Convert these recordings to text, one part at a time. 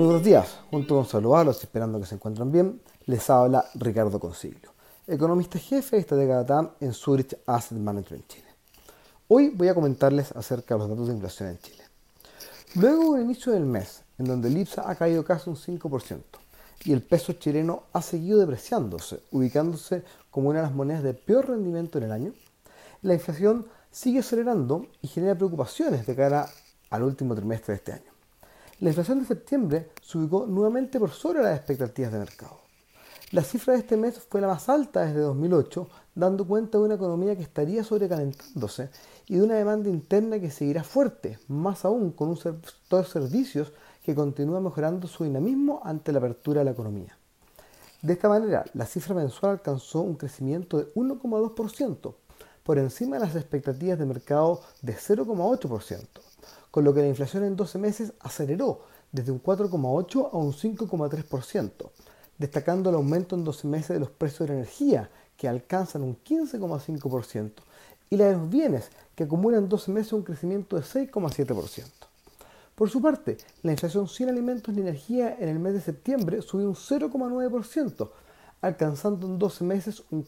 Muy buenos días, junto con saludarlos, esperando que se encuentren bien, les habla Ricardo Consiglio, economista jefe y estratega de TAM en Zurich Asset Management Chile. Hoy voy a comentarles acerca de los datos de inflación en Chile. Luego del inicio del mes, en donde el IPSA ha caído casi un 5% y el peso chileno ha seguido depreciándose, ubicándose como una de las monedas de peor rendimiento en el año, la inflación sigue acelerando y genera preocupaciones de cara al último trimestre de este año. La inflación de septiembre se ubicó nuevamente por sobre las expectativas de mercado. La cifra de este mes fue la más alta desde 2008, dando cuenta de una economía que estaría sobrecalentándose y de una demanda interna que seguirá fuerte, más aún con un sector de servicios que continúa mejorando su dinamismo ante la apertura de la economía. De esta manera, la cifra mensual alcanzó un crecimiento de 1,2%, por encima de las expectativas de mercado de 0,8%, con lo que la inflación en 12 meses aceleró desde un 4,8% a un 5,3%, destacando el aumento en 12 meses de los precios de la energía, que alcanzan un 15,5%, y la de los bienes, que acumulan en 12 meses un crecimiento de 6,7%. Por su parte, la inflación sin alimentos ni energía en el mes de septiembre subió un 0,9%, alcanzando en 12 meses un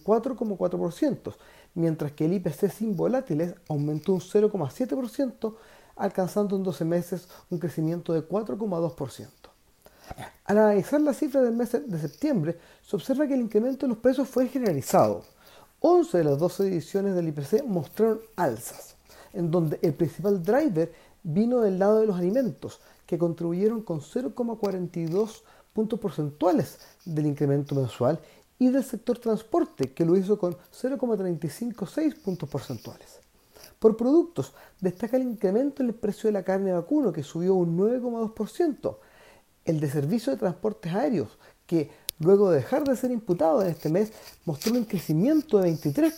4,4%, mientras que el IPC sin volátiles aumentó un 0,7%, alcanzando en 12 meses un crecimiento de 4,2%. Al analizar las cifras del mes de septiembre, se observa que el incremento de los precios fue generalizado. 11 de las 12 ediciones del IPC mostraron alzas, en donde el principal driver vino del lado de los alimentos, que contribuyeron con 0,42 puntos porcentuales del incremento mensual, y del sector transporte, que lo hizo con 0,356 puntos porcentuales. Por productos, destaca el incremento en el precio de la carne de vacuno, que subió un 9,2%, el de servicio de transportes aéreos, que luego de dejar de ser imputado en este mes, mostró un crecimiento de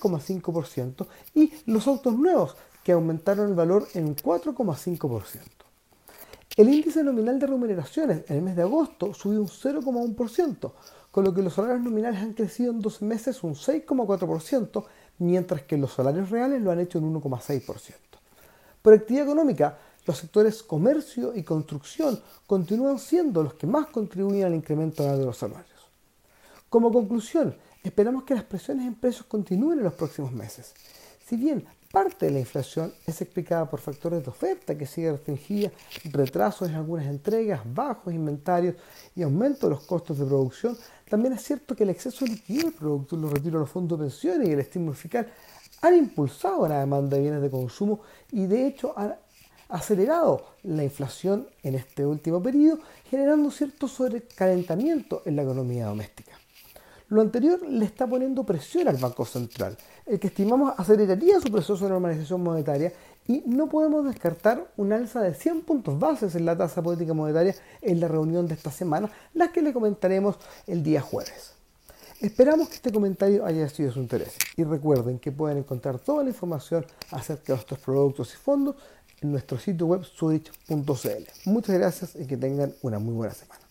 23,5%, y los autos nuevos, que aumentaron el valor en un 4,5%. El índice nominal de remuneraciones en el mes de agosto subió un 0,1%, con lo que los salarios nominales han crecido en 12 meses un 6,4%, mientras que los salarios reales lo han hecho en 1,6%. Por actividad económica, los sectores comercio y construcción continúan siendo los que más contribuyen al incremento anual de los salarios. Como conclusión, esperamos que las presiones en precios continúen en los próximos meses. Si bien parte de la inflación es explicada por factores de oferta que sigue restringida, retrasos en algunas entregas, bajos inventarios y aumento de los costos de producción, también es cierto que el exceso de liquidez producto de los retiros de los fondos de pensiones y el estímulo fiscal han impulsado la demanda de bienes de consumo y de hecho han acelerado la inflación en este último periodo, generando cierto sobrecalentamiento en la economía doméstica. Lo anterior le está poniendo presión al Banco Central, el que estimamos aceleraría su proceso de normalización monetaria, y no podemos descartar un alza de 100 puntos bases en la tasa política monetaria en la reunión de esta semana, la que le comentaremos el día jueves. Esperamos que este comentario haya sido de su interés y recuerden que pueden encontrar toda la información acerca de nuestros productos y fondos en nuestro sitio web zurich.cl. Muchas gracias y que tengan una muy buena semana.